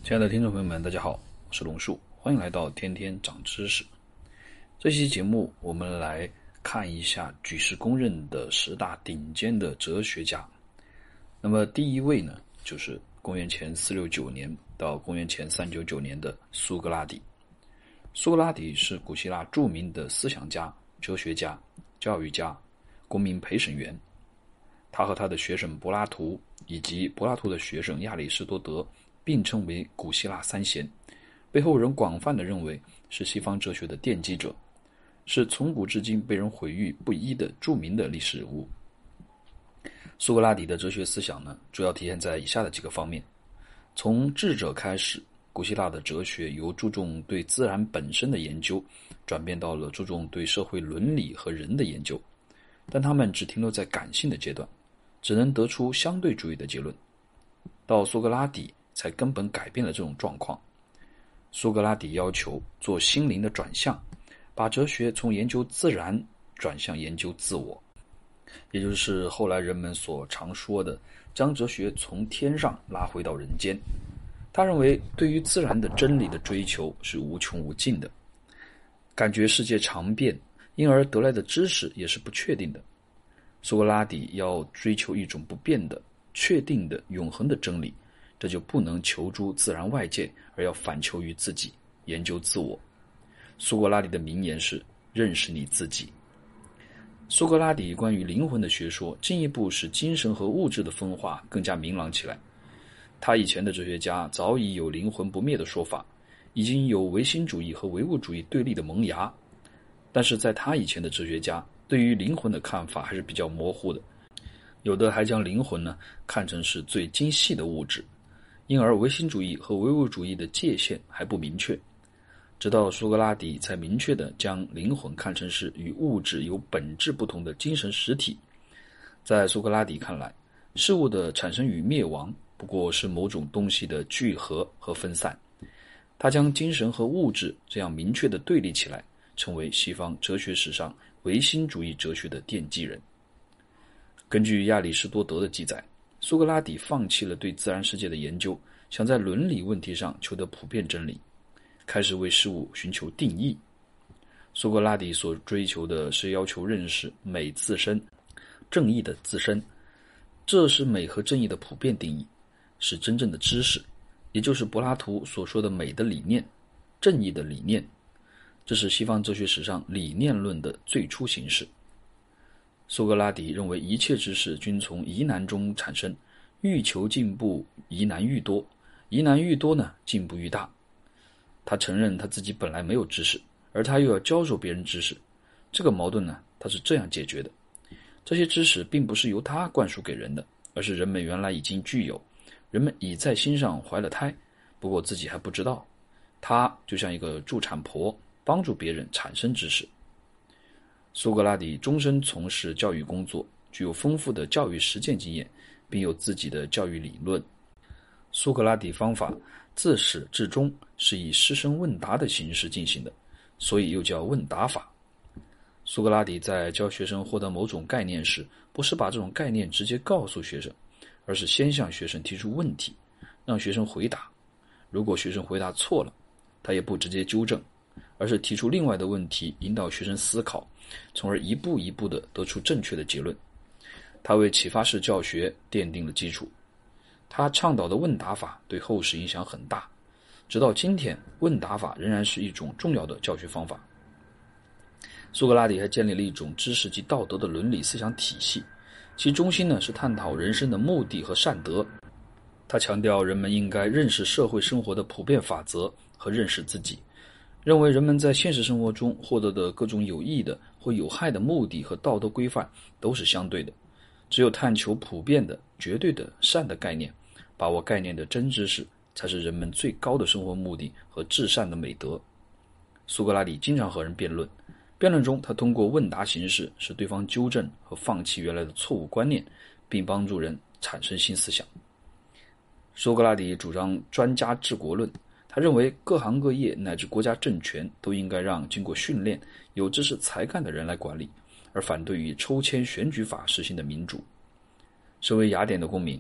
亲爱的听众朋友们，大家好，我是龙树，欢迎来到天天长知识。这期节目我们来看一下举世公认的10大顶尖的哲学家。那么第一位呢，就是公元前469年到公元前399年的苏格拉底。苏格拉底是古希腊著名的思想家、哲学家、教育家、公民陪审员。他和他的学生柏拉图以及柏拉图的学生亚里士多德并称为古希腊三贤，被后人广泛地认为是西方哲学的奠基者，是从古至今被人毁誉不一的著名的历史人物。苏格拉底的哲学思想呢，主要体现在以下的几个方面。从智者开始，古希腊的哲学由注重对自然本身的研究，转变到了注重对社会伦理和人的研究，但他们只停留在感性的阶段，只能得出相对主义的结论。到苏格拉底才根本改变了这种状况。苏格拉底要求做心灵的转向，把哲学从研究自然转向研究自我，也就是后来人们所常说的将哲学从天上拉回到人间。他认为对于自然的真理的追求是无穷无尽的，感觉世界常变，因而得来的知识也是不确定的。苏格拉底要追求一种不变的、确定的、永恒的真理，这就不能求诸自然外界，而要反求于自己，研究自我。苏格拉底的名言是认识你自己。苏格拉底关于灵魂的学说进一步使精神和物质的分化更加明朗起来。他以前的哲学家早已有灵魂不灭的说法，已经有唯心主义和唯物主义对立的萌芽，但是在他以前的哲学家对于灵魂的看法还是比较模糊的，有的还将灵魂呢看成是最精细的物质，因而唯心主义和唯物主义的界限还不明确。直到苏格拉底才明确地将灵魂看成是与物质有本质不同的精神实体。在苏格拉底看来，事物的产生与灭亡不过是某种东西的聚合和分散。他将精神和物质这样明确地对立起来，成为西方哲学史上唯心主义哲学的奠基人。根据亚里士多德的记载，苏格拉底放弃了对自然世界的研究，想在伦理问题上求得普遍真理，开始为事物寻求定义。苏格拉底所追求的是要求认识美自身，正义的自身，这是美和正义的普遍定义，是真正的知识，也就是柏拉图所说的美的理念，正义的理念。这是西方哲学史上理念论的最初形式。苏格拉底认为一切知识均从疑难中产生，欲求进步，疑难愈多，疑难愈多呢，进步愈大。他承认他自己本来没有知识，而他又要教授别人知识，这个矛盾呢，他是这样解决的：这些知识并不是由他灌输给人的，而是人们原来已经具有，人们已在心上怀了胎，不过自己还不知道。他就像一个助产婆，帮助别人产生知识。苏格拉底终身从事教育工作，具有丰富的教育实践经验，并有自己的教育理论。苏格拉底方法自始至终是以师生问答的形式进行的，所以又叫问答法。苏格拉底在教学生获得某种概念时，不是把这种概念直接告诉学生，而是先向学生提出问题，让学生回答。如果学生回答错了，他也不直接纠正，而是提出另外的问题，引导学生思考，从而一步一步地得出正确的结论。他为启发式教学奠定了基础。他倡导的问答法对后世影响很大，直到今天，问答法仍然是一种重要的教学方法。苏格拉底还建立了一种知识及道德的伦理思想体系，其中心呢是探讨人生的目的和善德。他强调人们应该认识社会生活的普遍法则和认识自己，认为人们在现实生活中获得的各种有益的或有害的目的和道德规范都是相对的，只有探求普遍的、绝对的善的概念，把握概念的真知识，才是人们最高的生活目的和至善的美德。苏格拉底经常和人辩论，辩论中他通过问答形式使对方纠正和放弃原来的错误观念，并帮助人产生新思想。苏格拉底主张专家治国论，他认为各行各业乃至国家政权都应该让经过训练、有知识才干的人来管理，而反对以抽签选举法实行的民主。身为雅典的公民，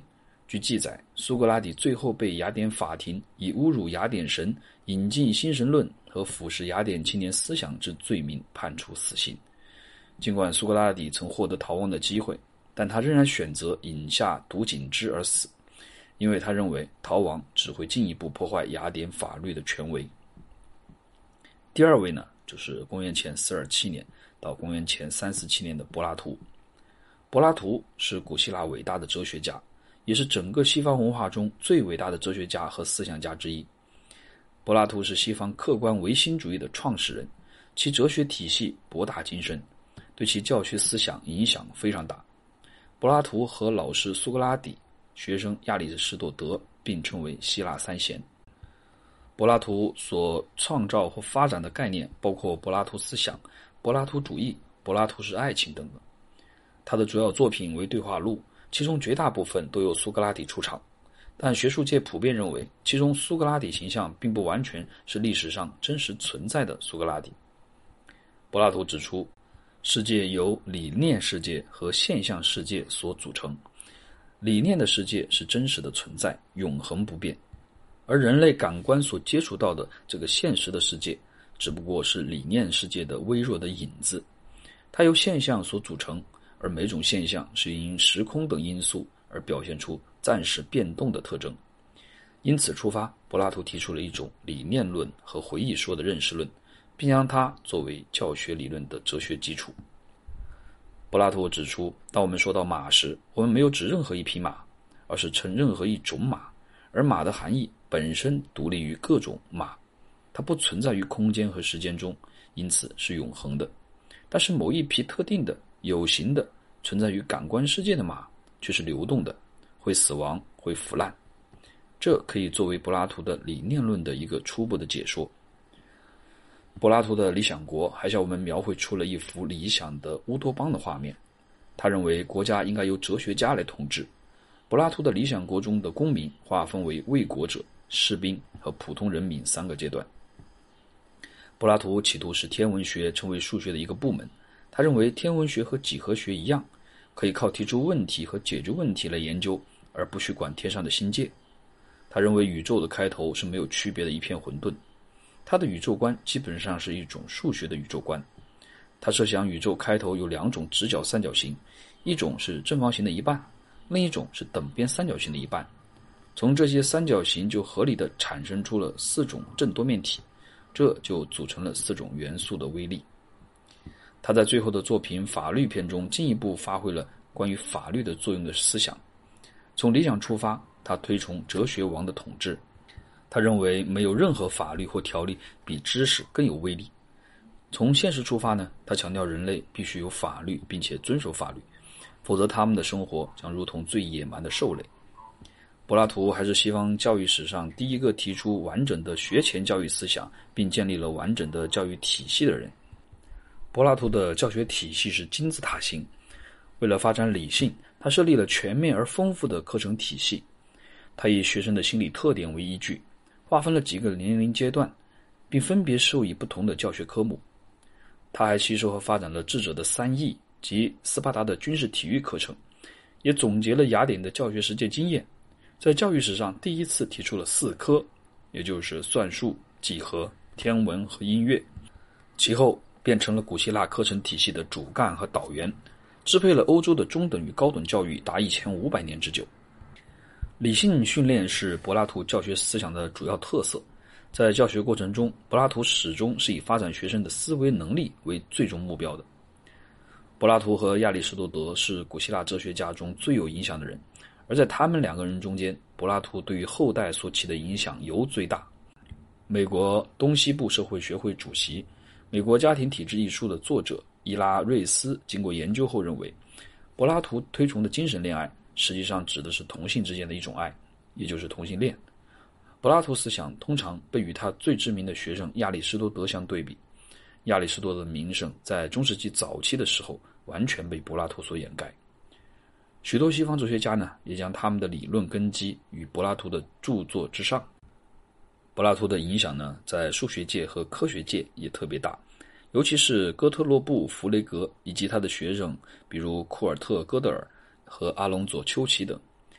据记载，苏格拉底最后被雅典法庭以侮辱雅典神、引进新神论和腐蚀雅典青年思想之罪名判处死刑。尽管苏格拉底曾获得逃亡的机会，但他仍然选择饮下毒井汁而死，因为他认为逃亡只会进一步破坏雅典法律的权威。第二位呢，就是公元前427年到公元前347年的柏拉图。柏拉图是古希腊伟大的哲学家，也是整个西方文化中最伟大的哲学家和思想家之一。柏拉图是西方客观唯心主义的创始人，其哲学体系博大精深，对其教学思想影响非常大。柏拉图和老师苏格拉底、学生亚里士多德并称为希腊三贤。柏拉图所创造或发展的概念包括柏拉图思想、柏拉图主义、柏拉图式爱情等等。他的主要作品为对话录，其中绝大部分都由苏格拉底出场，但学术界普遍认为，其中苏格拉底形象并不完全是历史上真实存在的苏格拉底。柏拉图指出，世界由理念世界和现象世界所组成，理念的世界是真实的存在，永恒不变，而人类感官所接触到的这个现实的世界，只不过是理念世界的微弱的影子，它由现象所组成，而每种现象是因时空等因素而表现出暂时变动的特征。因此出发，柏拉图提出了一种理念论和回忆说的认识论，并将它作为教学理论的哲学基础。柏拉图指出，当我们说到马时，我们没有指任何一匹马，而是称任何一种马，而马的含义本身独立于各种马，它不存在于空间和时间中，因此是永恒的。但是某一匹特定的、有形的、存在于感官世界的马却是流动的，会死亡，会腐烂。这可以作为柏拉图的理念论的一个初步的解说。柏拉图的理想国还向我们描绘出了一幅理想的乌托邦的画面。他认为国家应该由哲学家来统治。柏拉图的理想国中的公民划分为卫国者、士兵和普通人民三个阶段。柏拉图企图使天文学成为数学的一个部门。他认为天文学和几何学一样，可以靠提出问题和解决问题来研究，而不需管天上的星界。他认为宇宙的开头是没有区别的一片混沌。他的宇宙观基本上是一种数学的宇宙观。他设想宇宙开头有两种直角三角形，一种是正方形的一半，另一种是等边三角形的一半。从这些三角形就合理地产生出了4种正多面体，这就组成了4种元素的微粒。他在最后的作品《法律篇》中进一步发挥了关于法律的作用的思想。从理想出发，他推崇哲学王的统治。他认为没有任何法律或条例比知识更有威力。从现实出发呢，他强调人类必须有法律并且遵守法律，否则他们的生活将如同最野蛮的兽类。柏拉图还是西方教育史上第一个提出完整的学前教育思想并建立了完整的教育体系的人。柏拉图的教学体系是金字塔型，为了发展理性，他设立了全面而丰富的课程体系。他以学生的心理特点为依据，划分了几个年龄阶段，并分别授予不同的教学科目。他还吸收和发展了智者的3艺及斯巴达的军事体育课程，也总结了雅典的教学实践经验，在教育史上第一次提出了4科，也就是算术、几何、天文和音乐。其后变成了古希腊课程体系的主干和导员，支配了欧洲的中等与高等教育达1500年之久。理性训练是柏拉图教学思想的主要特色。在教学过程中，柏拉图始终是以发展学生的思维能力为最终目标的。柏拉图和亚里士多德是古希腊哲学家中最有影响的人，而在他们2个人中间，柏拉图对于后代所起的影响尤最大。美国东西部社会学会主席、《美国家庭体制》一书的作者伊拉瑞斯经过研究后认为，柏拉图推崇的精神恋爱实际上指的是同性之间的一种爱，也就是同性恋。柏拉图思想通常被与他最知名的学生亚里士多德相对比。亚里士多德的名声在中世纪早期的时候完全被柏拉图所掩盖。许多西方哲学家呢，也将他们的理论根基于柏拉图的著作之上。柏拉图的影响呢，在数学界和科学界也特别大，尤其是哥特洛布·弗雷格以及他的学生，比如库尔特·戈德尔和阿隆佐·丘奇等。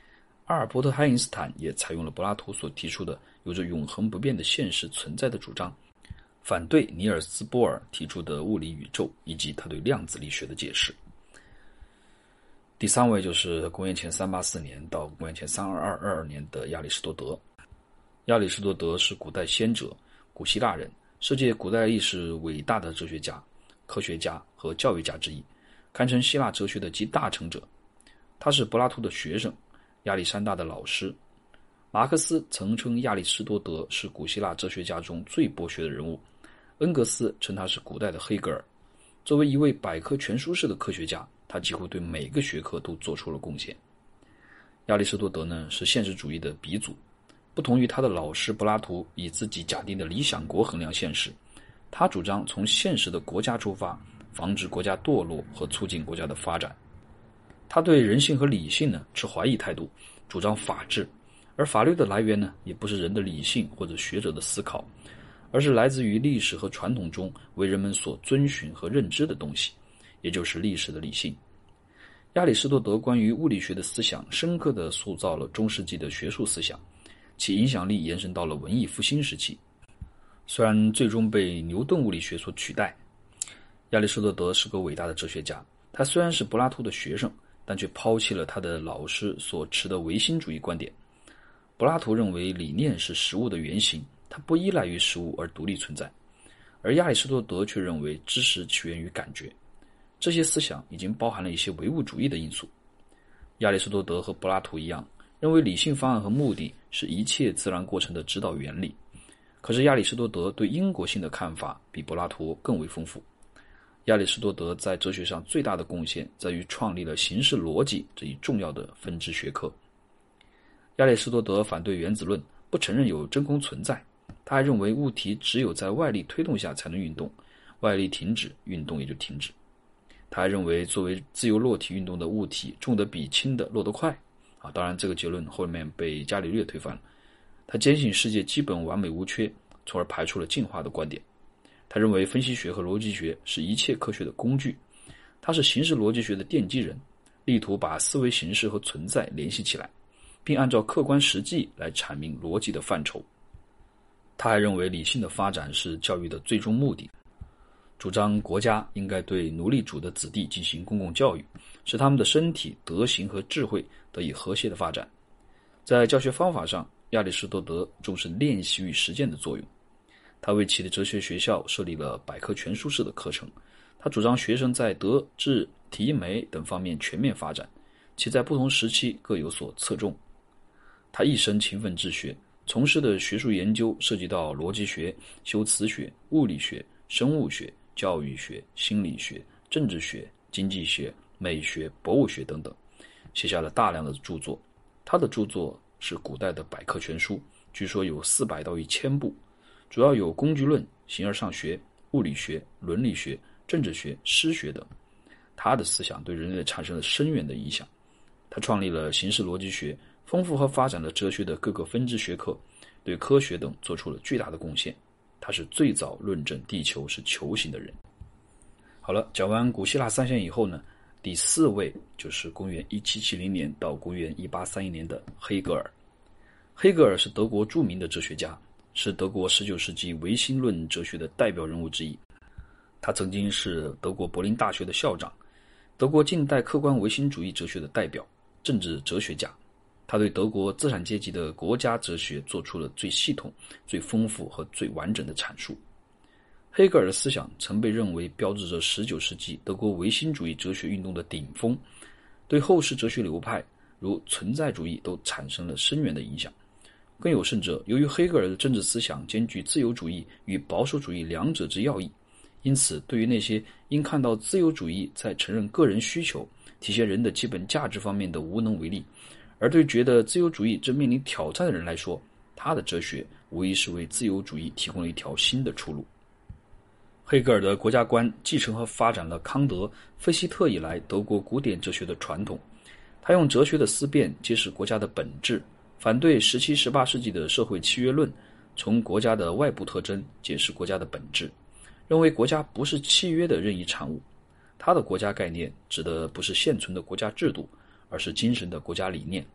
阿尔伯特·爱因斯坦也采用了柏拉图所提出的有着永恒不变的现实存在的主张，反对尼尔斯·波尔提出的物理宇宙以及他对量子力学的解释。第三位就是公元前384年到公元前3222年的亚里士多德。亚里士多德是古代先哲，古希腊人，世界古代历史伟大的哲学家、科学家和教育家之一，堪称希腊哲学的集大成者。他是柏拉图的学生，亚历山大的老师。马克思曾称亚里士多德是古希腊哲学家中最博学的人物，恩格斯称他是古代的黑格尔。作为一位百科全书式的科学家，他几乎对每个学科都做出了贡献。亚里士多德呢，是现实主义的鼻祖，不同于他的老师柏拉图以自己假定的理想国衡量现实，他主张从现实的国家出发，防止国家堕落和促进国家的发展。他对人性和理性呢持怀疑态度，主张法治，而法律的来源呢也不是人的理性或者学者的思考，而是来自于历史和传统中为人们所遵循和认知的东西，也就是历史的理性。亚里士多德关于物理学的思想深刻地塑造了中世纪的学术思想，其影响力延伸到了文艺复兴时期。虽然最终被牛顿物理学所取代，亚里士多德是个伟大的哲学家。他虽然是柏拉图的学生，但却抛弃了他的老师所持的唯心主义观点。柏拉图认为理念是事物的原型，它不依赖于事物而独立存在，而亚里士多德却认为知识起源于感觉。这些思想已经包含了一些唯物主义的因素。亚里士多德和柏拉图一样，认为理性方案和目的是一切自然过程的指导原理。可是亚里士多德对因果性的看法比柏拉图更为丰富。亚里士多德在哲学上最大的贡献在于创立了形式逻辑这一重要的分支学科。亚里士多德反对原子论，不承认有真空存在。他还认为物体只有在外力推动下才能运动，外力停止，运动也就停止。他还认为作为自由落体运动的物体，重的比轻的落得快。当然这个结论后面被伽利略推翻了。他坚信世界基本完美无缺，从而排除了进化的观点。他认为分析学和逻辑学是一切科学的工具，他是形式逻辑学的奠基人，力图把思维形式和存在联系起来，并按照客观实际来阐明逻辑的范畴。他还认为理性的发展是教育的最终目的，主张国家应该对奴隶主的子弟进行公共教育，使他们的身体、德行和智慧得以和谐的发展。在教学方法上，亚里士多德重视练习与实践的作用。他为其的哲学学校设立了百科全书式的课程，他主张学生在德、智、体、美等方面全面发展，其在不同时期各有所侧重。他一生勤奋治学，从事的学术研究涉及到逻辑学、修辞学、物理学、生物学、教育学、心理学、政治学、经济学、美学、博物学等等，写下了大量的著作。他的著作是古代的百科全书，据说有400到1000部，主要有工具论、形而上学、物理学、伦理学、政治学、诗学等。他的思想对人类产生了深远的影响。他创立了形式逻辑学，丰富和发展了哲学的各个分支学科，对科学等做出了巨大的贡献。他是最早论证地球是球形的人。好了，讲完古希腊三贤以后呢，第4位就是公元1770年到公元1831年的黑格尔。黑格尔是德国著名的哲学家，是德国19世纪唯心论哲学的代表人物之一。他曾经是德国柏林大学的校长，德国近代客观唯心主义哲学的代表，政治哲学家。他对德国资产阶级的国家哲学做出了最系统、最丰富和最完整的阐述。黑格尔的思想曾被认为标志着19世纪德国唯心主义哲学运动的顶峰，对后世哲学流派如存在主义都产生了深远的影响。更有甚者，由于黑格尔的政治思想兼具自由主义与保守主义两者之要义，因此对于那些因看到自由主义在承认个人需求、体现人的基本价值方面的无能为力，而对觉得自由主义正面临挑战的人来说，他的哲学无疑是为自由主义提供了一条新的出路。黑格尔的国家观继承和发展了康德、费希特以来德国古典哲学的传统。他用哲学的思辨揭示国家的本质，反对17、18世纪的社会契约论，从国家的外部特征解释国家的本质，认为国家不是契约的任意产物。他的国家概念指的不是现存的国家制度，而是精神的国家理念。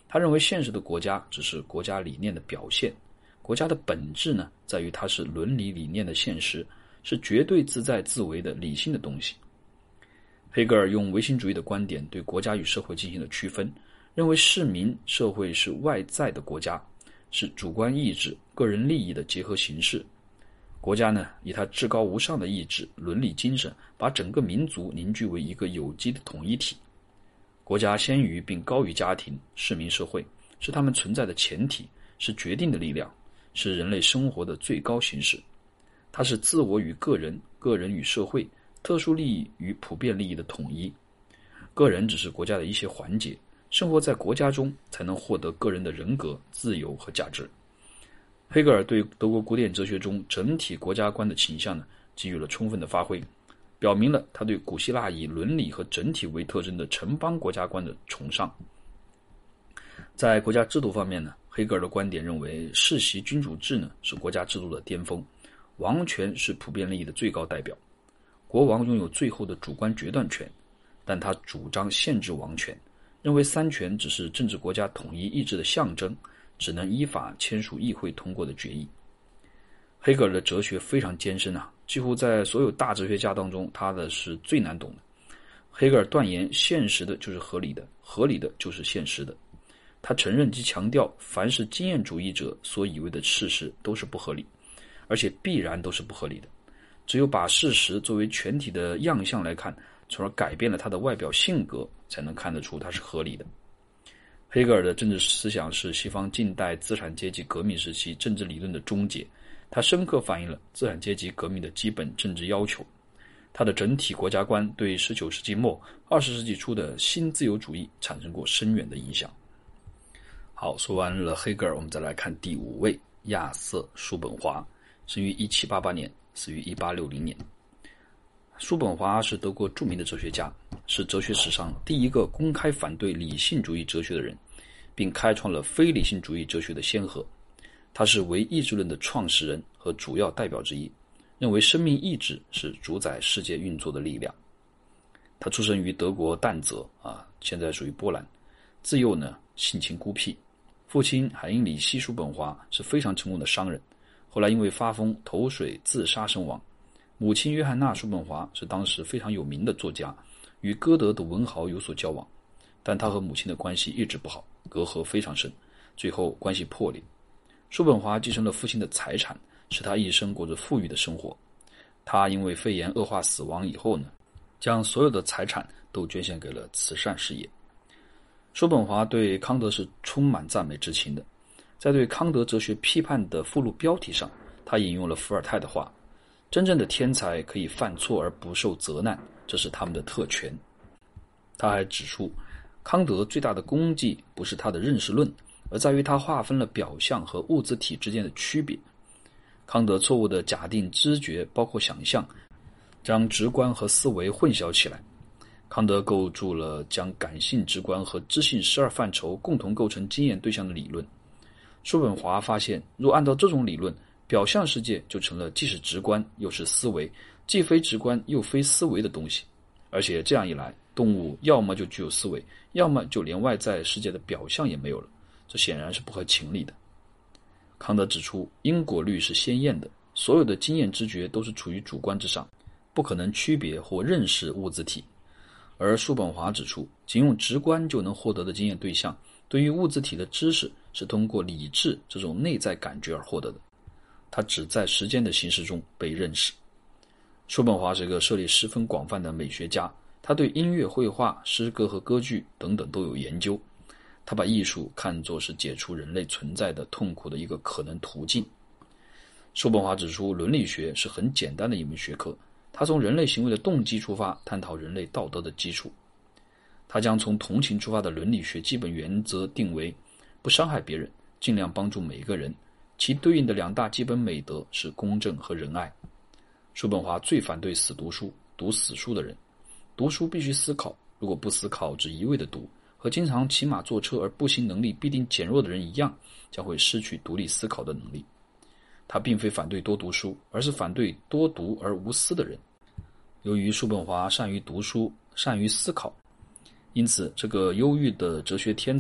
他认为现实的国家只是国家理念的表现，国家的本质呢，在于它是伦理理念的现实，是绝对自在自为的理性的东西。黑格尔用唯心主义的观点对国家与社会进行了区分，认为市民社会是外在的国家，是主观意志、个人利益的结合形式。国家呢，以它至高无上的意志、伦理精神，把整个民族凝聚为一个有机的统一体。国家先于并高于家庭、市民社会，是他们存在的前提，是决定的力量，是人类生活的最高形式。它是自我与个人、个人与社会、特殊利益与普遍利益的统一。个人只是国家的一些环节，生活在国家中才能获得个人的人格、自由和价值。黑格尔对德国古典哲学中整体国家观的倾向呢，给予了充分的发挥，表明了他对古希腊以伦理和整体为特征的城邦国家观的崇尚。在国家制度方面呢，黑格尔的观点认为世袭君主制呢是国家制度的巅峰，王权是普遍利益的最高代表，国王拥有最后的主观决断权，但他主张限制王权，认为三权只是政治国家统一意志的象征，只能依法签署议会通过的决议。黑格尔的哲学非常艰深啊，几乎在所有大哲学家当中，他的是最难懂的。黑格尔断言现实的就是合理的，合理的就是现实的。他承认及强调，凡是经验主义者所以为的事实都是不合理，而且必然都是不合理的。只有把事实作为全体的样相来看，从而改变了他的外表性格，才能看得出它是合理的。黑格尔的政治思想是西方近代资产阶级革命时期政治理论的终结，它深刻反映了资产阶级革命的基本政治要求。它的整体国家观对19世纪末、20世纪初的新自由主义产生过深远的影响。好，说完了黑格尔，我们再来看第五位，亚瑟·叔本华，生于1788年，死于1860年。叔本华是德国著名的哲学家，是哲学史上第一个公开反对理性主义哲学的人，并开创了非理性主义哲学的先河。他是唯意志论的创始人和主要代表之一，认为生命意志是主宰世界运作的力量。他出生于德国但泽现在属于波兰。自幼呢，性情孤僻，父亲海因里希·叔本华是非常成功的商人，后来因为发疯投水自杀身亡。母亲约翰娜·叔本华是当时非常有名的作家，与歌德等文豪有所交往，但他和母亲的关系一直不好，隔阂非常深，最后关系破裂。叔本华继承了父亲的财产，使他一生过着富裕的生活。他因为肺炎恶化死亡以后呢，将所有的财产都捐献给了慈善事业。叔本华对康德是充满赞美之情的，在对康德哲学批判的附录标题上，他引用了伏尔泰的话：真正的天才可以犯错而不受责难，这是他们的特权。他还指出，康德最大的功绩不是他的认识论，而在于他划分了表象和物质体之间的区别。康德错误的假定知觉包括想象，将直观和思维混淆起来。康德构筑了将感性直观和知性12范畴共同构成经验对象的理论。叔本华发现，若按照这种理论，表象世界就成了既是直观又是思维，既非直观又非思维的东西。而且这样一来，动物要么就具有思维，要么就连外在世界的表象也没有了，这显然是不合情理的。康德指出，因果律是鲜艳的，所有的经验知觉都是处于主观之上，不可能区别或认识物质体。而叔本华指出，仅用直观就能获得的经验对象，对于物质体的知识是通过理智这种内在感觉而获得的，它只在时间的形式中被认识。叔本华是一个涉猎十分广泛的美学家，他对音乐、绘画、诗歌和歌剧等等都有研究。他把艺术看作是解除人类存在的痛苦的一个可能途径。叔本华指出，伦理学是很简单的一门学科，他从人类行为的动机出发，探讨人类道德的基础。他将从同情出发的伦理学基本原则定为不伤害别人，尽量帮助每一个人，其对应的两大基本美德是公正和仁爱。叔本华最反对死读书、读死书的人。读书必须思考，如果不思考只一味的读，和经常骑马坐车而步行能力必定减弱的人一样，将会失去独立思考的能力。他并非反对多读书，而是反对多读而无思的人。由于叔本华善于读书，善于思考，因此这个忧郁的哲学天才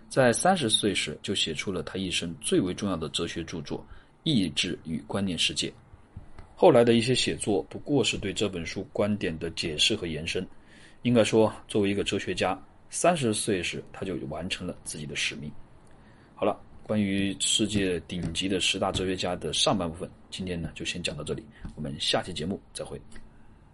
在30岁时就写出了他一生最为重要的哲学著作《意志与观念世界》。后来的一些写作不过是对这本书观点的解释和延伸。应该说，作为一个哲学家，30岁时他就完成了自己的使命。好了，关于世界顶级的10大哲学家的上半部分，今天呢就先讲到这里，我们下期节目再会。